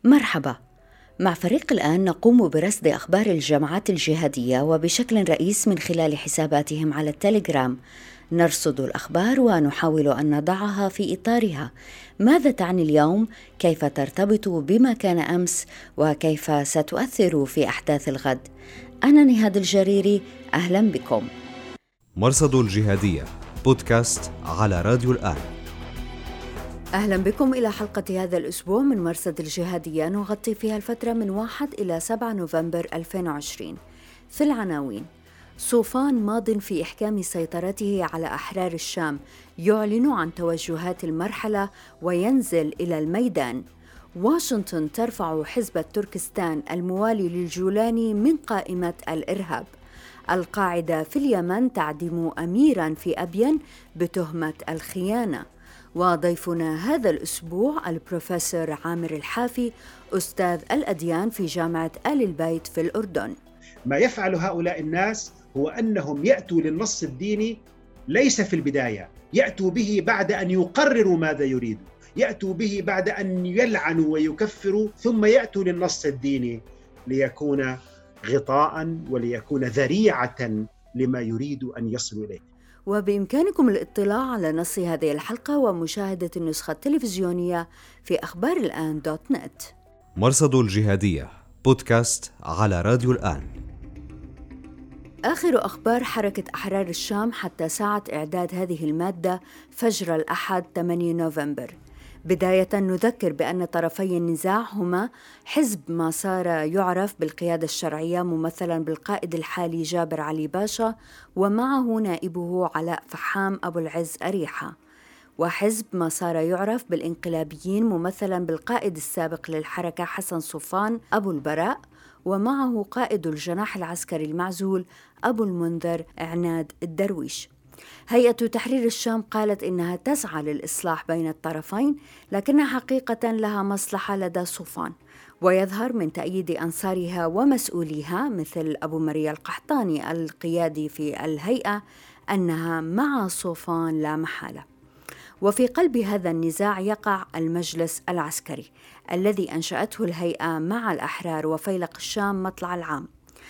مرحبا. مع فريق الآن نقوم برصد أخبار الجماعات الجهادية وبشكل رئيس من خلال حساباتهم على التليجرام. نرصد الأخبار ونحاول أن نضعها في إطارها. ماذا تعني اليوم؟ كيف ترتبط بما كان أمس؟ وكيف ستؤثر في أحداث الغد؟ أنا نهاد الجريري، أهلا بكم. مرصد الجهادية بودكاست على راديو الآن. أهلا بكم إلى حلقة هذا الأسبوع من مرصد الجهادية، نغطي فيها الفترة من 1 إلى 7 نوفمبر 2020. في العناوين: صوفان ماض في إحكام سيطرته على أحرار الشام، يعلن عن توجهات المرحلة وينزل إلى الميدان. واشنطن ترفع حزب تركستان الموالي للجولاني من قائمة الإرهاب. القاعدة في اليمن تعدم أميراً في أبين بتهمة الخيانة. وضيفنا هذا الأسبوع البروفيسور عامر الحافي، أستاذ الأديان في جامعة آل البيت في الأردن. ما يفعل هؤلاء الناس هو أنهم يأتوا للنص الديني ليس في البداية، يأتوا به بعد أن يقرروا ماذا يريدوا، يأتوا به بعد أن يلعنوا ويكفروا، ثم يأتوا للنص الديني ليكون غطاء وليكون ذريعة لما يريد أن يصلوا إليه. وبإمكانكم الاطلاع على نص هذه الحلقة ومشاهدة النسخة التلفزيونية في أخبار الآن .net. مرصد الجهادية بودكاست على راديو الآن. آخر أخبار حركة أحرار الشام حتى ساعة إعداد هذه المادة فجر الأحد 8 نوفمبر. بداية نذكر بأن طرفي النزاع هما حزب ما صار يعرف بالقيادة الشرعية ممثلا بالقائد الحالي جابر علي باشا ومعه نائبه علاء فحام أبو العز أريحة، وحزب ما صار يعرف بالانقلابيين ممثلا بالقائد السابق للحركة حسن صوفان أبو البراء ومعه قائد الجناح العسكري المعزول أبو المنذر عناد الدرويش. هيئة تحرير الشام قالت إنها تسعى للإصلاح بين الطرفين، لكنها حقيقة لها مصلحة لدى صوفان، ويظهر من تأييد أنصارها ومسؤوليها مثل أبو مريا القحطاني القيادي في الهيئة أنها مع صوفان لا محالة. وفي قلب هذا النزاع يقع المجلس العسكري الذي أنشأته الهيئة مع الأحرار وفيلق الشام مطلع العام.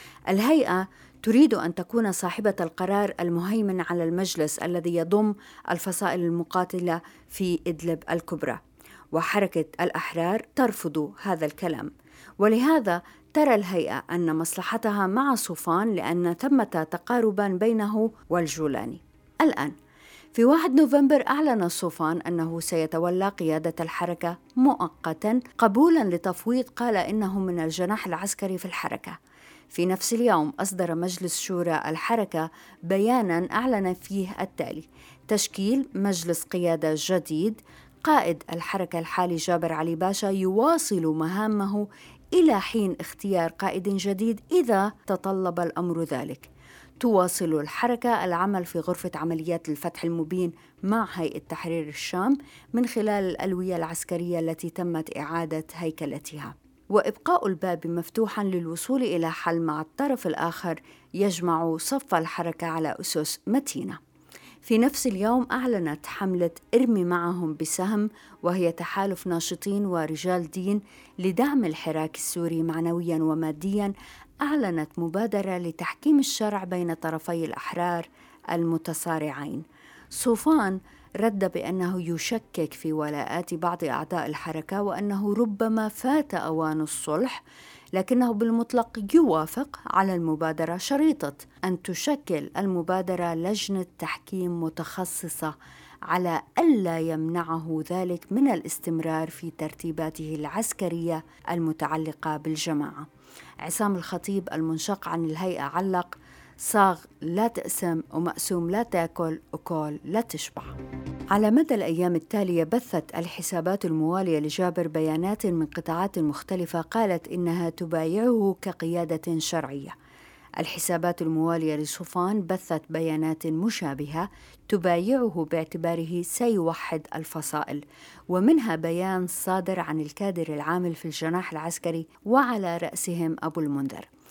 الهيئة تريد أن تكون صاحبة القرار المهيمن على المجلس الذي يضم الفصائل المقاتلة في إدلب الكبرى، وحركة الأحرار ترفض هذا الكلام، ولهذا ترى الهيئة أن مصلحتها مع صوفان لأن ثمة تقاربا بينه والجولاني. الآن في 1 نوفمبر أعلن صوفان أنه سيتولى قيادة الحركة مؤقتا قبولا لتفويض قال إنه من الجناح العسكري في الحركة. في نفس اليوم أصدر مجلس شورى الحركة بياناً أعلن فيه التالي: تشكيل مجلس قيادة جديد. قائد الحركة الحالي جابر علي باشا يواصل مهامه إلى حين اختيار قائد جديد إذا تطلب الأمر ذلك. تواصل الحركة العمل في غرفة عمليات الفتح المبين مع هيئة تحرير الشام من خلال الألوية العسكرية التي تمت إعادة هيكلتها، وإبقاء الباب مفتوحاً للوصول إلى حل مع الطرف الآخر يجمع صف الحركة على أسس متينة. في نفس اليوم أعلنت حملة ارمي معهم بسهم، وهي تحالف ناشطين ورجال دين لدعم الحراك السوري معنوياً ومادياً، أعلنت مبادرة لتحكيم الشرع بين طرفي الأحرار المتصارعين. صوفان رد بأنه يشكك في ولاءات بعض أعضاء الحركة وأنه ربما فات أوان الصلح، لكنه بالمطلق يوافق على المبادرة شريطة أن تشكل المبادرة لجنة تحكيم متخصصة على ألا يمنعه ذلك من الاستمرار في ترتيباته العسكرية المتعلقة بالجماعة. عصام الخطيب المنشق عن الهيئة علق: صاغ لا تقسم ومقسوم لا تاكل وكل لا تشبع. على مدى الأيام التالية بثت الحسابات الموالية لجابر بيانات من قطاعات مختلفة قالت إنها تبايعه كقيادة شرعية. الحسابات الموالية لصوفان بثت بيانات مشابهة تبايعه باعتباره سيوحد الفصائل، ومنها بيان صادر عن الكادر العامل في الجناح العسكري وعلى رأسهم أبو المنذر.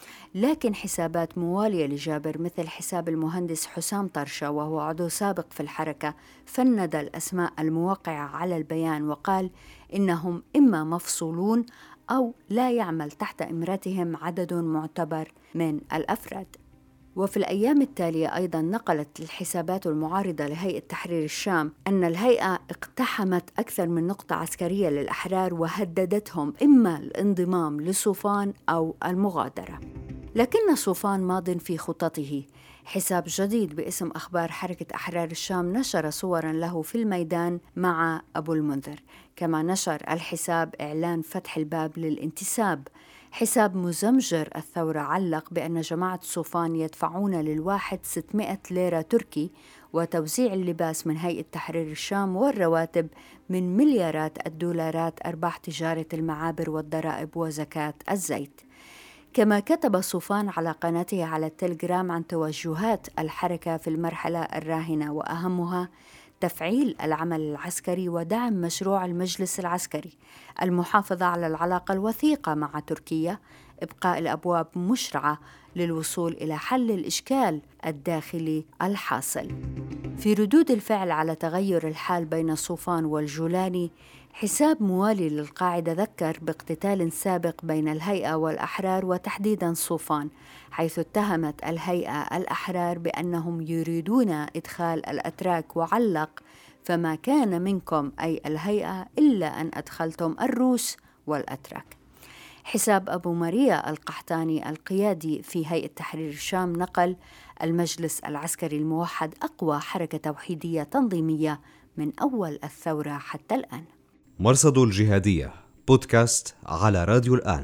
لكن حسابات موالية لجابر مثل حساب المهندس حسام طرشة وهو عضو سابق في الحركة فند الأسماء الموقعة على البيان وقال إنهم إما مفصولون أو لا يعمل تحت إمرتهم عدد معتبر من الأفراد. وفي الأيام التالية أيضاً نقلت الحسابات المعارضة لهيئة تحرير الشام أن الهيئة اقتحمت أكثر من نقطة عسكرية للأحرار وهددتهم إما الانضمام لصوفان أو المغادرة. لكن صوفان ماض في خططه. حساب جديد باسم أخبار حركة أحرار الشام نشر صوراً له في الميدان مع أبو المنذر، كما نشر الحساب إعلان فتح الباب للانتساب. حساب مزمجر الثورة علق بأن جماعة صوفان يدفعون للواحد 600 ليرة تركي وتوزيع اللباس من هيئة تحرير الشام والرواتب من مليارات الدولارات أرباح تجارة المعابر والضرائب وزكاة الزيت. كما كتب صوفان على قناته على التليجرام عن توجهات الحركة في المرحلة الراهنة وأهمها تفعيل العمل العسكري ودعم مشروع المجلس العسكري، المحافظة على العلاقة الوثيقة مع تركيا، إبقاء الأبواب مشرعة للوصول إلى حل الإشكال الداخلي الحاصل. في ردود الفعل على تغير الحال بين صوفان والجولاني، حساب موالي للقاعدة ذكر باقتتال سابق بين الهيئة والأحرار وتحديداً صوفان، حيث اتهمت الهيئة الأحرار بأنهم يريدون إدخال الأتراك وعلق: فما كان منكم أي الهيئة إلا أن أدخلتم الروس والأتراك. حساب أبو ماريا القحطاني القيادي في هيئة تحرير الشام نقل: المجلس العسكري الموحد أقوى حركة توحيدية تنظيمية من أول الثورة حتى الآن. مرصد الجهادية بودكاست على راديو الآن.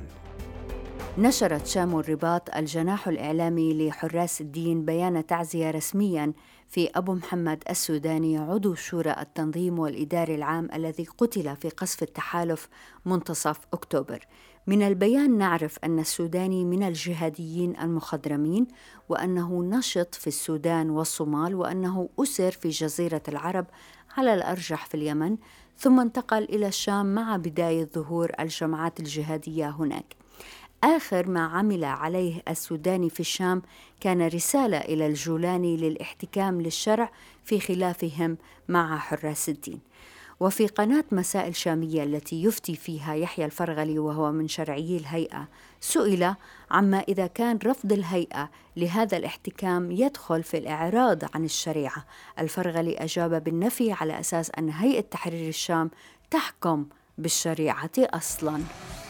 نشرت شام الرباط الجناح الإعلامي لحراس الدين بيان تعزية رسمياً في أبو محمد السوداني عضو شورى التنظيم والإداري العام الذي قتل في قصف التحالف منتصف أكتوبر. من البيان نعرف أن السوداني من الجهاديين المخضرمين، وأنه نشط في السودان والصومال، وأنه أسر في جزيرة العرب على الأرجح في اليمن، ثم انتقل إلى الشام مع بداية ظهور الجماعات الجهادية هناك. آخر ما عمل عليه السوداني في الشام كان رسالة إلى الجولاني للاحتكام للشرع في خلافهم مع حراس الدين. وفي قناة مسائل شامية التي يفتي فيها يحيى الفرغلي وهو من شرعيي الهيئة، سئل عما إذا كان رفض الهيئة لهذا الاحتكام يدخل في الإعراض عن الشريعة. الفرغلي أجاب بالنفي على أساس أن هيئة تحرير الشام تحكم بالشريعة أصلاً.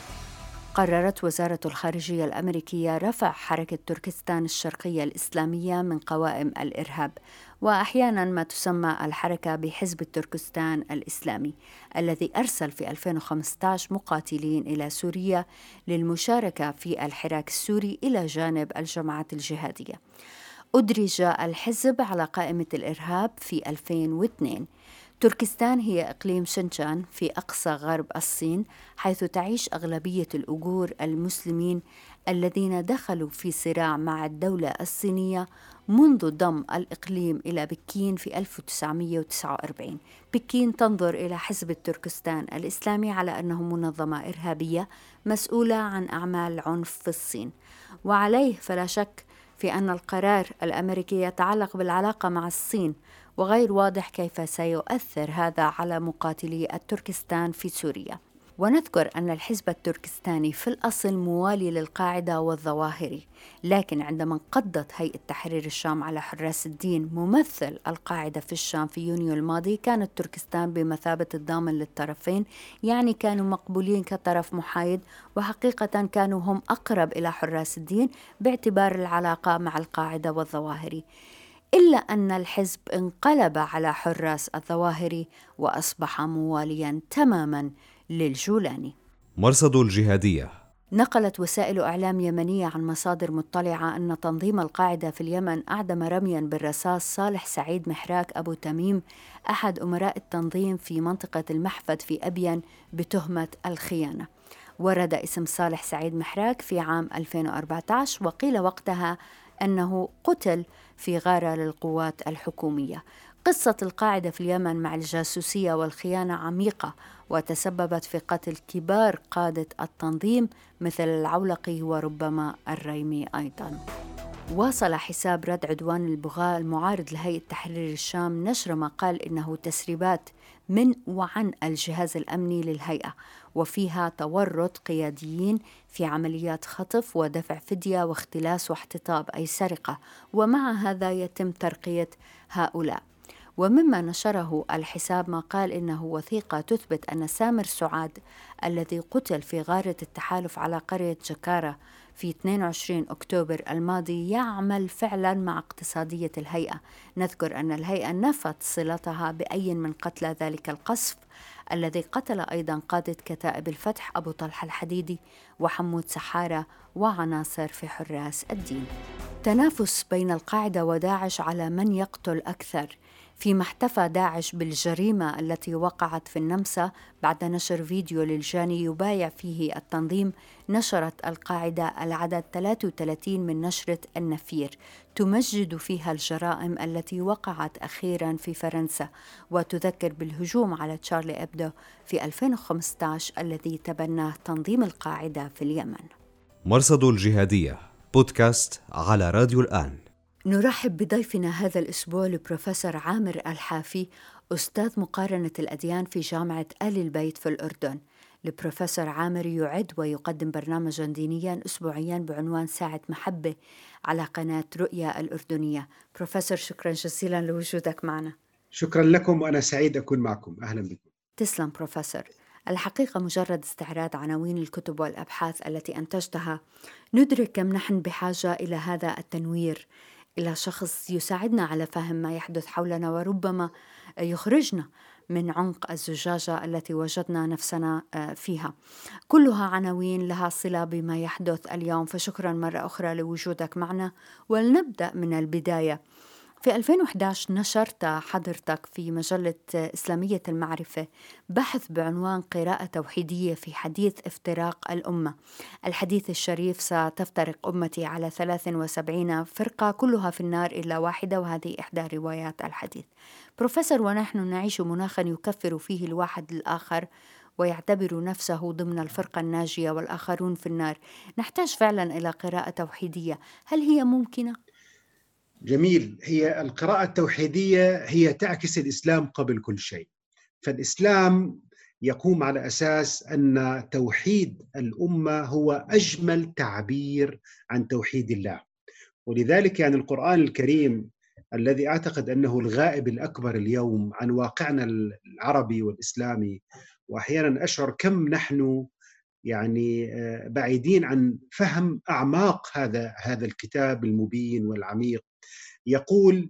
قررت وزارة الخارجية الأمريكية رفع حركة تركستان الشرقية الإسلامية من قوائم الإرهاب، وأحياناً ما تسمى الحركة بحزب التركستان الإسلامي، الذي أرسل في 2015 مقاتلين إلى سوريا للمشاركة في الحراك السوري إلى جانب الجماعات الجهادية. أدرج الحزب على قائمة الإرهاب في 2002. تركستان هي إقليم شنشان في أقصى غرب الصين، حيث تعيش أغلبية الأوغور المسلمين الذين دخلوا في صراع مع الدولة الصينية منذ ضم الإقليم إلى بكين في 1949. بكين تنظر إلى حزب التركستان الإسلامي على أنه منظمة إرهابية مسؤولة عن أعمال عنف في الصين، وعليه فلا شك في أن القرار الأمريكي يتعلق بالعلاقة مع الصين، وغير واضح كيف سيؤثر هذا على مقاتلي التركستان في سوريا. ونذكر أن الحزب التركستاني في الأصل موالي للقاعدة والظواهري، لكن عندما انقضت هيئة تحرير الشام على حراس الدين ممثل القاعدة في الشام في يونيو الماضي، كانت تركستان بمثابة الضامن للطرفين، يعني كانوا مقبولين كطرف محايد، وحقيقة كانوا هم أقرب إلى حراس الدين باعتبار العلاقة مع القاعدة والظواهري. إلا أن الحزب انقلب على حراس الظواهري وأصبح موالياً تماماً للجولاني. مرصد الجهادية. نقلت وسائل إعلام يمنية عن مصادر مطلعة أن تنظيم القاعدة في اليمن أعدم رمياً بالرصاص صالح سعيد محراك أبو تميم، أحد أمراء التنظيم في منطقة المحفد في أبين، بتهمة الخيانة. ورد اسم صالح سعيد محراك في عام 2014، وقيل وقتها أنه قتل في غارة للقوات الحكومية. قصة القاعدة في اليمن مع الجاسوسية والخيانة عميقة، وتسببت في قتل كبار قادة التنظيم مثل العولقي وربما الريمي أيضاً. واصل حساب رد عدوان البغاة المعارض لهيئة تحرير الشام نشر ما قال إنه تسريبات من وعن الجهاز الأمني للهيئة، وفيها تورط قياديين في عمليات خطف ودفع فدية واختلاس واحتطاب أي سرقة، ومع هذا يتم ترقية هؤلاء. ومما نشره الحساب ما قال إنه وثيقة تثبت أن سامر سعاد الذي قتل في غارة التحالف على قرية جكارة في 22 أكتوبر الماضي يعمل فعلا مع اقتصادية الهيئة. نذكر أن الهيئة نفت صلتها بأي من قتلى ذلك القصف الذي قتل أيضا قادة كتائب الفتح أبو طلحة الحديدي وحمود سحارة وعناصر في حراس الدين. تنافس بين القاعدة وداعش على من يقتل أكثر، فيما احتفى داعش بالجريمة التي وقعت في النمسا بعد نشر فيديو للجاني يبايع فيه التنظيم. نشرت القاعدة العدد 33 من نشرة النفير تمجد فيها الجرائم التي وقعت أخيرا في فرنسا، وتذكر بالهجوم على تشارلي إبدو في 2015 الذي تبناه تنظيم القاعدة في اليمن. مرصد الجهادية بودكاست على راديو الآن. نرحب بضيفنا هذا الأسبوع البروفيسور عامر الحافي، أستاذ مقارنة الأديان في جامعة آل البيت في الأردن. البروفيسور عامر يعد ويقدم برنامجاً دينياً أسبوعياً بعنوان ساعة محبة على قناة رؤيا الأردنية. بروفيسور، شكراً جزيلاً لوجودك معنا. شكراً لكم وأنا سعيد أكون معكم. أهلاً بكم. تسلم بروفيسور. الحقيقة مجرد استعراض عناوين الكتب والأبحاث التي أنتجتها ندرك كم نحن بحاجة إلى هذا التنوير، إلى شخص يساعدنا على فهم ما يحدث حولنا وربما يخرجنا من عمق الزجاجة التي وجدنا نفسنا فيها. كلها عناوين لها صلة بما يحدث اليوم، فشكرا مرة أخرى لوجودك معنا. ولنبدأ من البداية. في 2011 نشرت حضرتك في مجلة إسلامية المعرفة بحث بعنوان قراءة توحيدية في حديث افتراق الأمة. الحديث الشريف: ستفترق أمتي على 73 فرقة كلها في النار إلا واحدة، وهذه إحدى روايات الحديث. بروفيسور، ونحن نعيش مناخا يكفر فيه الواحد الآخر ويعتبر نفسه ضمن الفرقة الناجية والآخرون في النار، نحتاج فعلا إلى قراءة توحيدية. هل هي ممكنة؟ جميل. هي القراءة التوحيدية هي تعكس الإسلام قبل كل شيء. فالإسلام يقوم على أساس أن توحيد الأمة هو أجمل تعبير عن توحيد الله. ولذلك يعني القرآن الكريم الذي أعتقد أنه الغائب الأكبر اليوم عن واقعنا العربي والإسلامي، وأحيانا أشعر كم نحن يعني بعيدين عن فهم أعماق هذا الكتاب المبين والعميق. يقول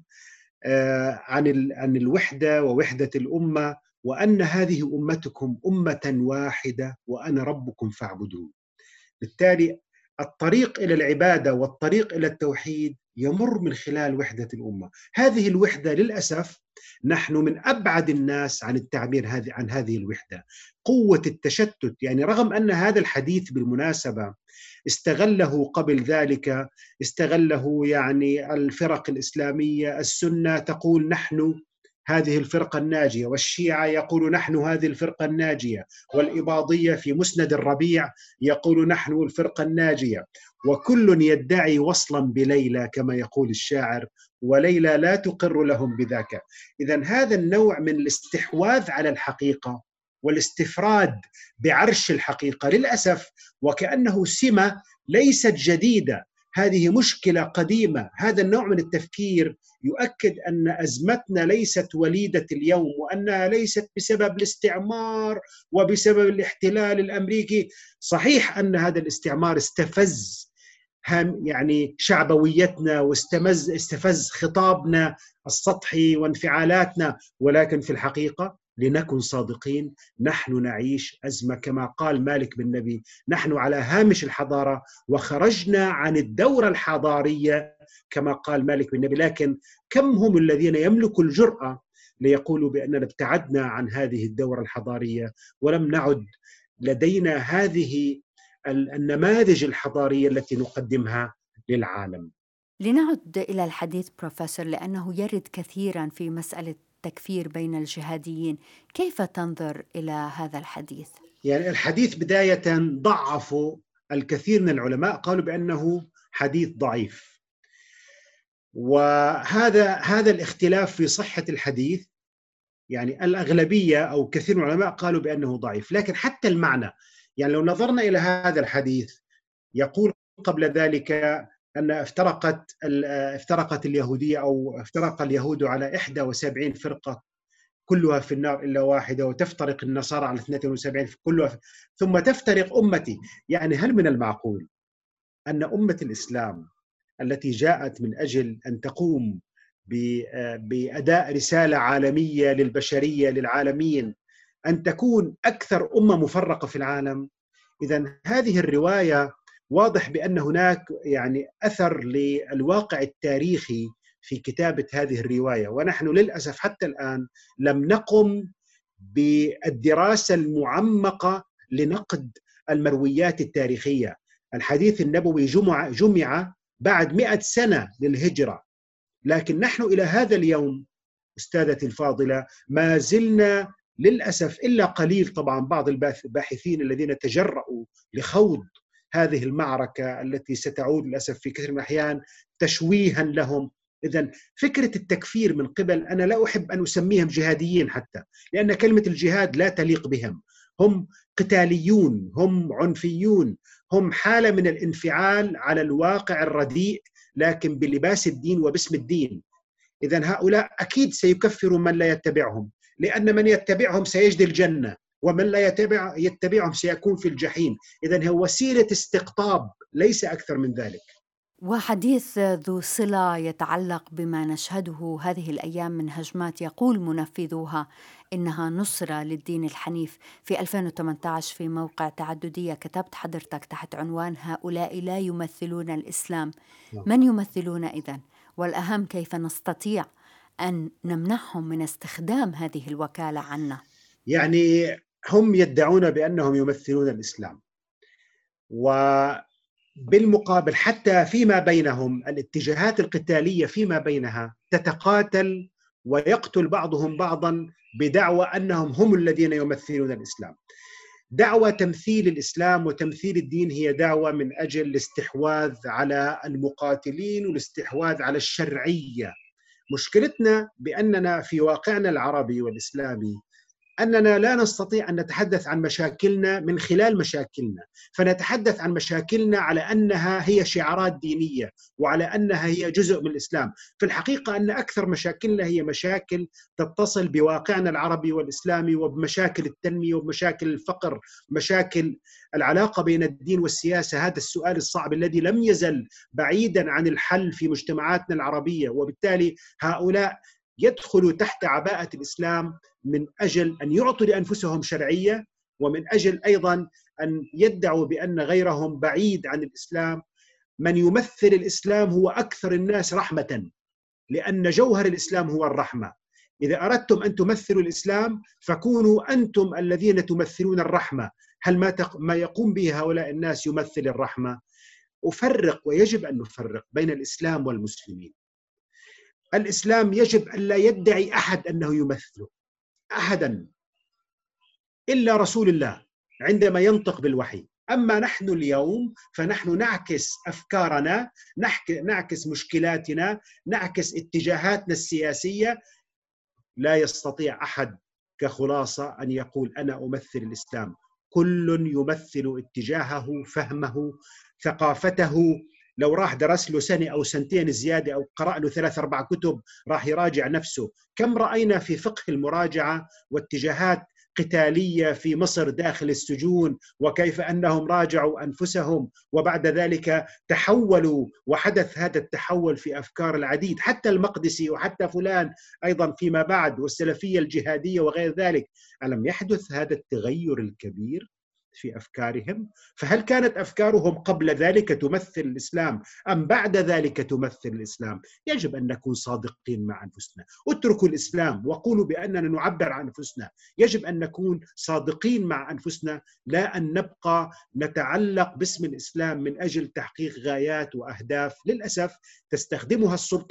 عن الوحدة ووحدة الأمة: وأن هذه أمتكم أمة واحدة وأنا ربكم فاعبدون. بالتالي الطريق إلى العبادة والطريق إلى التوحيد يمر من خلال وحدة الأمة. هذه الوحدة للأسف نحن من أبعد الناس عن التعبير عن هذه الوحدة. قوة التشتت، يعني رغم أن هذا الحديث بالمناسبة استغله قبل ذلك، استغله يعني الفرق الإسلامية. السنة تقول نحن هذه الفرقة الناجية، والشيعة يقول نحن هذه الفرقة الناجية، والإباضية في مسند الربيع يقول نحن الفرقة الناجية، وكل يدعي وصلا بليلى كما يقول الشاعر، وليلى لا تقر لهم بذاك. إذن هذا النوع من الاستحواذ على الحقيقة والاستفراد بعرش الحقيقة للأسف وكأنه سمة ليست جديدة، هذه مشكلة قديمة. هذا النوع من التفكير يؤكد أن أزمتنا ليست وليدة اليوم، وأنها ليست بسبب الاستعمار وبسبب الاحتلال الأمريكي. صحيح أن هذا الاستعمار استفز يعني شعبويتنا واستفز خطابنا السطحي وانفعالاتنا، ولكن في الحقيقة لنكن صادقين، نحن نعيش أزمة كما قال مالك بن نبي: نحن على هامش الحضارة وخرجنا عن الدورة الحضارية كما قال مالك بن نبي. لكن كم هم الذين يملكوا الجرأة ليقولوا بأننا ابتعدنا عن هذه الدورة الحضارية ولم نعد لدينا هذه النماذج الحضارية التي نقدمها للعالم. لنعد إلى الحديث بروفيسور، لأنه يرد كثيرا في مسألة التكفير بين الجهاديين. كيف تنظر إلى هذا الحديث؟ يعني الحديث بداية ضعفوا الكثير من العلماء، قالوا بأنه حديث ضعيف، وهذا الاختلاف في صحة الحديث، يعني الأغلبية أو كثير من العلماء قالوا بأنه ضعيف، لكن حتى المعنى، يعني لو نظرنا إلى هذا الحديث يقول قبل ذلك أن افترقت اليهودية أو افترق اليهود على 71 فرقة كلها في النار إلا واحدة، وتفترق النصارى على 72 كلها، ثم تفترق أمتي. يعني هل من المعقول أن أمة الإسلام التي جاءت من أجل أن تقوم بأداء رسالة عالمية للبشرية للعالمين أن تكون أكثر أمة مفرقة في العالم؟ إذن هذه الرواية واضح بأن هناك يعني أثر للواقع التاريخي في كتابة هذه الرواية، ونحن للأسف حتى الآن لم نقم بالدراسة المعمقة لنقد المرويات التاريخية. الحديث النبوي جمع بعد 100 سنة للهجرة، لكن نحن إلى هذا اليوم أستاذتي الفاضلة ما زلنا للأسف إلا قليل، طبعا بعض الباحثين الذين تجرؤوا لخوض هذه المعركة التي ستعود للأسف في كثير من الأحيان تشويها لهم. إذن فكرة التكفير من قبل، أنا لا أحب أن أسميهم جهاديين حتى، لأن كلمة الجهاد لا تليق بهم، هم قتاليون، هم عنفيون، هم حالة من الانفعال على الواقع الرديء لكن بلباس الدين وباسم الدين. إذن هؤلاء أكيد سيكفروا من لا يتبعهم، لأن من يتبعهم سيجد الجنة، ومن لا يتبعهم سيكون في الجحيم. إذن هو وسيلة استقطاب ليس أكثر من ذلك. وحديث ذو صلة يتعلق بما نشهده هذه الأيام من هجمات يقول منفذوها إنها نصرة للدين الحنيف. في 2018 في موقع تعددية كتبت حضرتك تحت عنوان هؤلاء لا يمثلون الإسلام. من يمثلون إذن؟ والأهم كيف نستطيع أن نمنعهم من استخدام هذه الوكالة عنا؟ يعني هم يدعون بأنهم يمثلون الإسلام، وبالمقابل حتى فيما بينهم الاتجاهات القتالية فيما بينها تتقاتل ويقتل بعضهم بعضا بدعوى أنهم هم الذين يمثلون الإسلام. دعوى تمثيل الإسلام وتمثيل الدين هي دعوة من أجل الاستحواذ على المقاتلين والاستحواذ على الشرعية. مشكلتنا بأننا في واقعنا العربي والإسلامي أننا لا نستطيع أن نتحدث عن مشاكلنا من خلال مشاكلنا، فنتحدث عن مشاكلنا على أنها هي شعارات دينية وعلى أنها هي جزء من الإسلام. في الحقيقة أن أكثر مشاكلنا هي مشاكل تتصل بواقعنا العربي والإسلامي، وبمشاكل التنمية وبمشاكل الفقر، مشاكل العلاقة بين الدين والسياسة. هذا السؤال الصعب الذي لم يزل بعيدا عن الحل في مجتمعاتنا العربية، وبالتالي هؤلاء يدخلوا تحت عباءة الإسلام من أجل أن يعطوا لأنفسهم شرعية، ومن أجل أيضا أن يدعوا بأن غيرهم بعيد عن الإسلام. من يمثل الإسلام هو أكثر الناس رحمة، لأن جوهر الإسلام هو الرحمة. إذا أردتم أن تمثلوا الإسلام فكونوا أنتم الذين تمثلون الرحمة. هل ما يقوم به هؤلاء الناس يمثل الرحمة؟ أفرق، ويجب أن نفرق بين الإسلام والمسلمين. الإسلام يجب أن لا يدعي أحد أنه يمثله أحدا إلا رسول الله عندما ينطق بالوحي. أما نحن اليوم فنحن نعكس أفكارنا، نعكس مشكلاتنا، نعكس اتجاهاتنا السياسية. لا يستطيع أحد كخلاصة أن يقول أنا أمثل الإسلام. كل يمثل اتجاهه، فهمه، ثقافته. لو راح درس له سنة أو سنتين زيادة أو قرأ له 3-4 كتب راح يراجع نفسه. كم رأينا في فقه المراجعة واتجاهات قتالية في مصر داخل السجون، وكيف أنهم راجعوا أنفسهم وبعد ذلك تحولوا، وحدث هذا التحول في أفكار العديد، حتى المقدسي وحتى فلان أيضا فيما بعد، والسلفية الجهادية وغير ذلك. ألم يحدث هذا التغير الكبير في أفكارهم؟ فهل كانت أفكارهم قبل ذلك تمثل الإسلام أم بعد ذلك تمثل الإسلام؟ يجب أن نكون صادقين مع أنفسنا. اتركوا الإسلام وقولوا بأننا نعبر عن أنفسنا. يجب أن نكون صادقين مع أنفسنا، لا أن نبقى نتعلق باسم الإسلام من أجل تحقيق غايات وأهداف للأسف تستخدمها السلطة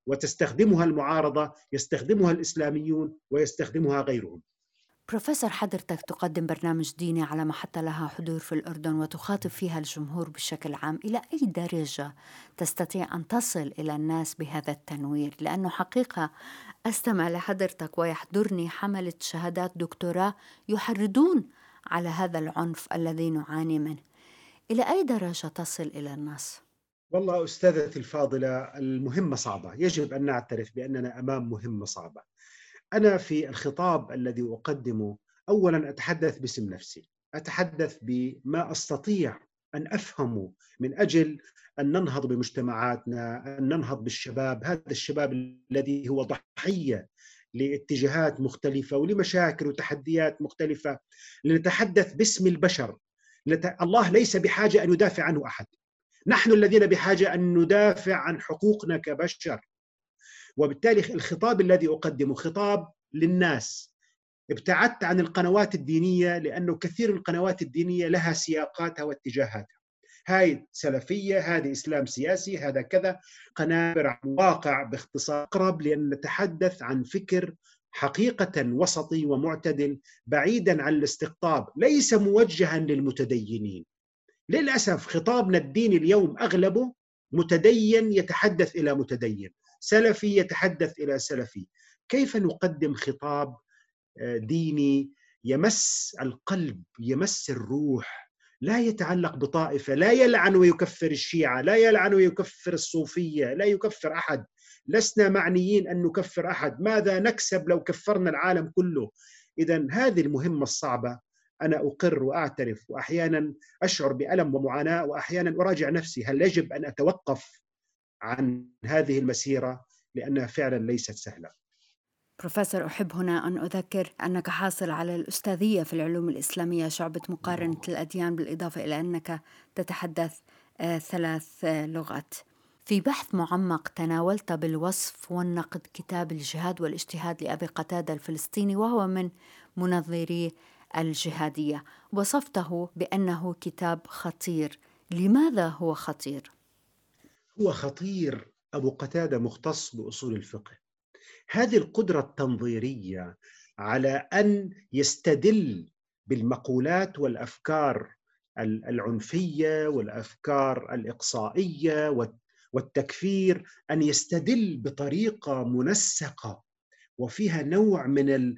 وتستخدمها المعارضة، يستخدمها الإسلاميون ويستخدمها غيرهم. بروفيسور، حضرتك تقدم برنامج ديني على محطة لها حضور في الأردن وتخاطب فيها الجمهور بشكل عام. إلى أي درجة تستطيع أن تصل إلى الناس بهذا التنوير؟ لأنه حقيقة أستمع لحضرتك ويحضرني حملة شهادات دكتوراه يحرضون على هذا العنف الذي نعاني منه. إلى أي درجة تصل إلى الناس؟ والله أستاذتي الفاضلة، المهمة صعبة، يجب أن نعترف بأننا أمام مهمة صعبة. أنا في الخطاب الذي أقدمه أولاً أتحدث باسم نفسي، أتحدث بما أستطيع أن أفهمه من أجل أن ننهض بمجتمعاتنا، أن ننهض بالشباب، هذا الشباب الذي هو ضحية لاتجاهات مختلفة ولمشاكل وتحديات مختلفة. لنتحدث باسم البشر. الله ليس بحاجة أن يدافع عنه أحد، نحن الذين بحاجة أن ندافع عن حقوقنا كبشر. وبالتالي الخطاب الذي أقدمه خطاب للناس. ابتعدت عن القنوات الدينية لأنه كثير من القنوات الدينية لها سياقاتها واتجاهاتها، هاي سلفية، هذه إسلام سياسي، هذا كذا. قناة واقع باختصار أقرب لأن نتحدث عن فكر حقيقة وسطي ومعتدل بعيدا عن الاستقطاب، ليس موجها للمتدينين. للأسف خطابنا الديني اليوم أغلبه متدين يتحدث إلى متدين، سلفي يتحدث إلى سلفي. كيف نقدم خطاب ديني يمس القلب، يمس الروح، لا يتعلق بطائفة، لا يلعن ويكفر الشيعة، لا يلعن ويكفر الصوفية، لا يكفر أحد. لسنا معنيين أن نكفر أحد، ماذا نكسب لو كفرنا العالم كله؟ إذن هذه المهمة الصعبة. أنا أقر وأعترف وأحيانا أشعر بألم ومعاناة، وأحيانا أراجع نفسي هل يجب أن أتوقف عن هذه المسيرة، لأنها فعلا ليست سهلة. بروفيسور، أحب هنا أن أذكر أنك حاصل على الأستاذية في العلوم الإسلامية شعبة مقارنة الأديان، بالإضافة إلى أنك تتحدث 3 لغات. في بحث معمق تناولت بالوصف والنقد كتاب الجهاد والاجتهاد لأبي قتادة الفلسطيني، وهو من منظري الجهادية. وصفته بأنه كتاب خطير. لماذا هو خطير؟ هو خطير. أبو قتادة مختص بأصول الفقه، هذه القدرة التنظيرية على أن يستدل بالمقولات والأفكار العنفية والأفكار الإقصائية والتكفير، أن يستدل بطريقة منسقة وفيها نوع من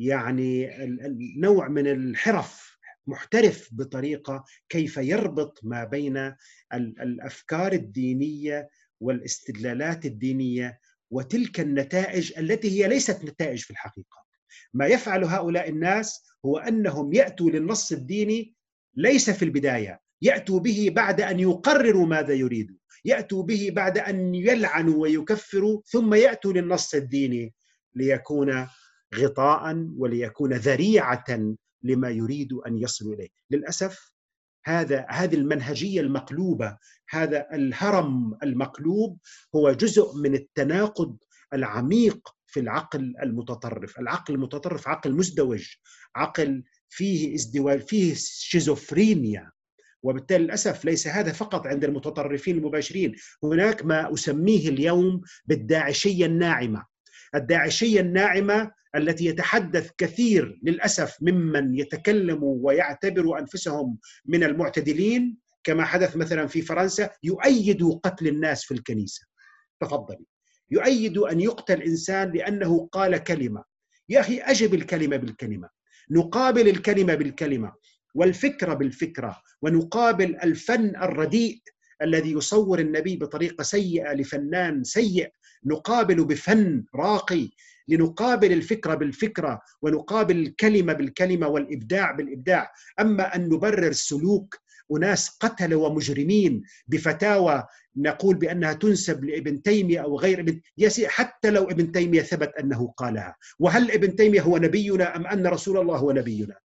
نوع من الحرف، محترف بطريقة كيف يربط ما بين الأفكار الدينية والاستدلالات الدينية وتلك النتائج التي هي ليست نتائج في الحقيقة. ما يفعل هؤلاء الناس هو أنهم يأتوا للنص الديني ليس في البداية، يأتوا به بعد أن يقرروا ماذا يريدوا، يأتوا به بعد أن يلعنوا ويكفروا، ثم يأتوا للنص الديني ليكون غطاء وليكون ذريعة لما يريد أن يصل إليه. للأسف هذه المنهجية المقلوبة، هذا الهرم المقلوب هو جزء من التناقض العميق في العقل المتطرف. العقل المتطرف عقل مزدوج، عقل فيه ازدواج، فيه شيزوفرينيا. وبالتالي للأسف ليس هذا فقط عند المتطرفين المباشرين، هناك ما أسميه اليوم بالداعشية الناعمة. الداعشية الناعمة التي يتحدث كثير للأسف ممن يتكلموا ويعتبروا أنفسهم من المعتدلين، كما حدث مثلا في فرنسا، يؤيدوا قتل الناس في الكنيسة. تفضلي، يؤيد أن يقتل إنسان لأنه قال كلمة. يا أخي أجب الكلمة بالكلمة، نقابل الكلمة بالكلمة والفكرة بالفكرة، ونقابل الفن الرديء الذي يصور النبي بطريقة سيئة لفنان سيء، نقابل بفن راقي، لنقابل الفكرة بالفكرة ونقابل الكلمة بالكلمة والإبداع بالإبداع. أما أن نبرر سلوك أناس قتل ومجرمين بفتاوى نقول بأنها تنسب لابن تيمية أو غير ابن ياسي، حتى لو ابن تيمية ثبت أنه قالها، وهل ابن تيمية هو نبينا أم أن رسول الله هو نبينا؟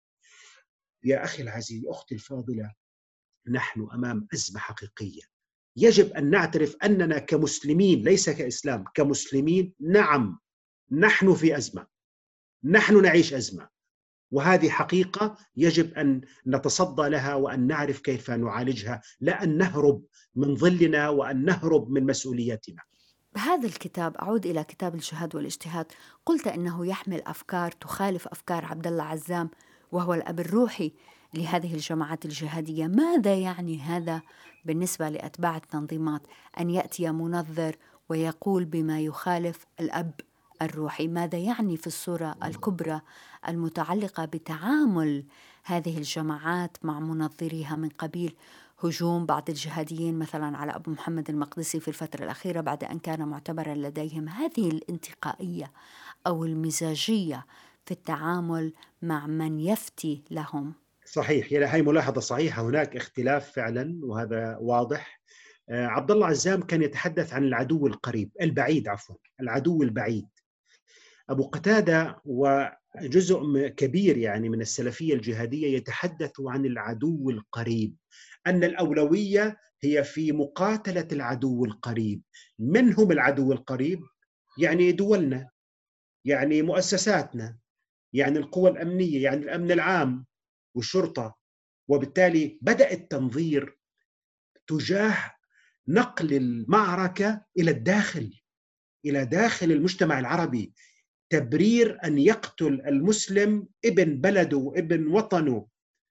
يا أخي العزيز، أختي الفاضلة، نحن أمام أزمة حقيقية. يجب أن نعترف أننا كمسلمين، ليس كإسلام، كمسلمين، نعم نحن في أزمة، نحن نعيش أزمة، وهذه حقيقة يجب أن نتصدى لها وأن نعرف كيف نعالجها، لا أن نهرب من ظلنا وأن نهرب من مسؤوليتنا. بهذا الكتاب أعود إلى كتاب الجهاد والاجتهاد، قلت إنه يحمل أفكار تخالف أفكار عبد الله عزام وهو الأب الروحي لهذه الجماعات الجهادية. ماذا يعني هذا بالنسبة لأتباع التنظيمات أن يأتي منظر ويقول بما يخالف الأب الروحي؟ ماذا يعني في الصورة الكبرى المتعلقة بتعامل هذه الجماعات مع منظريها من قبيل هجوم بعض الجهاديين مثلا على أبو محمد المقدسي في الفترة الأخيرة بعد أن كان معتبرا لديهم؟ هذه الانتقائية أو المزاجية في التعامل مع من يفتي لهم. صحيح، يعني هاي ملاحظة صحيحة، هناك اختلاف فعلا وهذا واضح. عبد الله عزام كان يتحدث عن العدو القريب البعيد، العدو البعيد. أبو قتادة وجزء كبير يعني من السلفية الجهادية يتحدثوا عن العدو القريب، أن الأولوية هي في مقاتلة العدو القريب. من هم العدو القريب؟ يعني دولنا، يعني مؤسساتنا، يعني القوى الأمنية، يعني الأمن العام والشرطة. وبالتالي بدأ التنظير تجاه نقل المعركة إلى الداخل، إلى داخل المجتمع العربي، تبرير أن يقتل المسلم ابن بلده وابن وطنه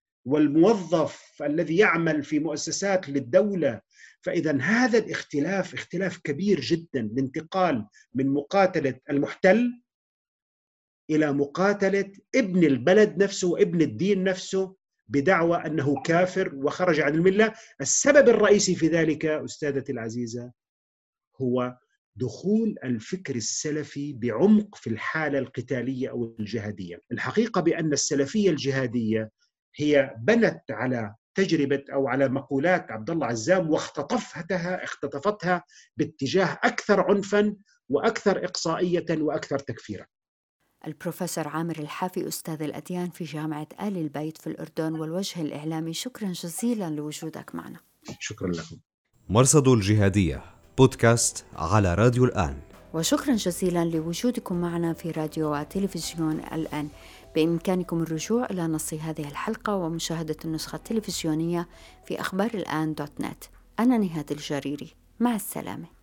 والموظف الذي يعمل في مؤسسات للدولة. فإذا هذا الاختلاف اختلاف كبير جدا، الانتقال من مقاتلة المحتل إلى مقاتلة ابن البلد نفسه وابن الدين نفسه بدعوى أنه كافر وخرج عن الملة. السبب الرئيسي في ذلك أستاذتي العزيزة هو دخول الفكر السلفي بعمق في الحالة القتالية أو الجهادية. الحقيقة بأن السلفية الجهادية هي بنت على تجربة أو على مقولات عبد الله عزام واختطفتها باتجاه أكثر عنفا وأكثر إقصائية وأكثر تكفيرا. البروفيسور عامر الحافي أستاذ الأديان في جامعة آل البيت في الأردن والوجه الإعلامي، شكرا جزيلا لوجودك معنا. شكرا لكم. مرصد الجهادية بودكاست على راديو الآن. وشكرا جزيلا لوجودكم معنا في راديو وتلفزيون الآن. بإمكانكم الرجوع إلى نص هذه الحلقة ومشاهدة النسخة التلفزيونية في أخبار الآن.net. أنا نهاد الجريري، مع السلامة.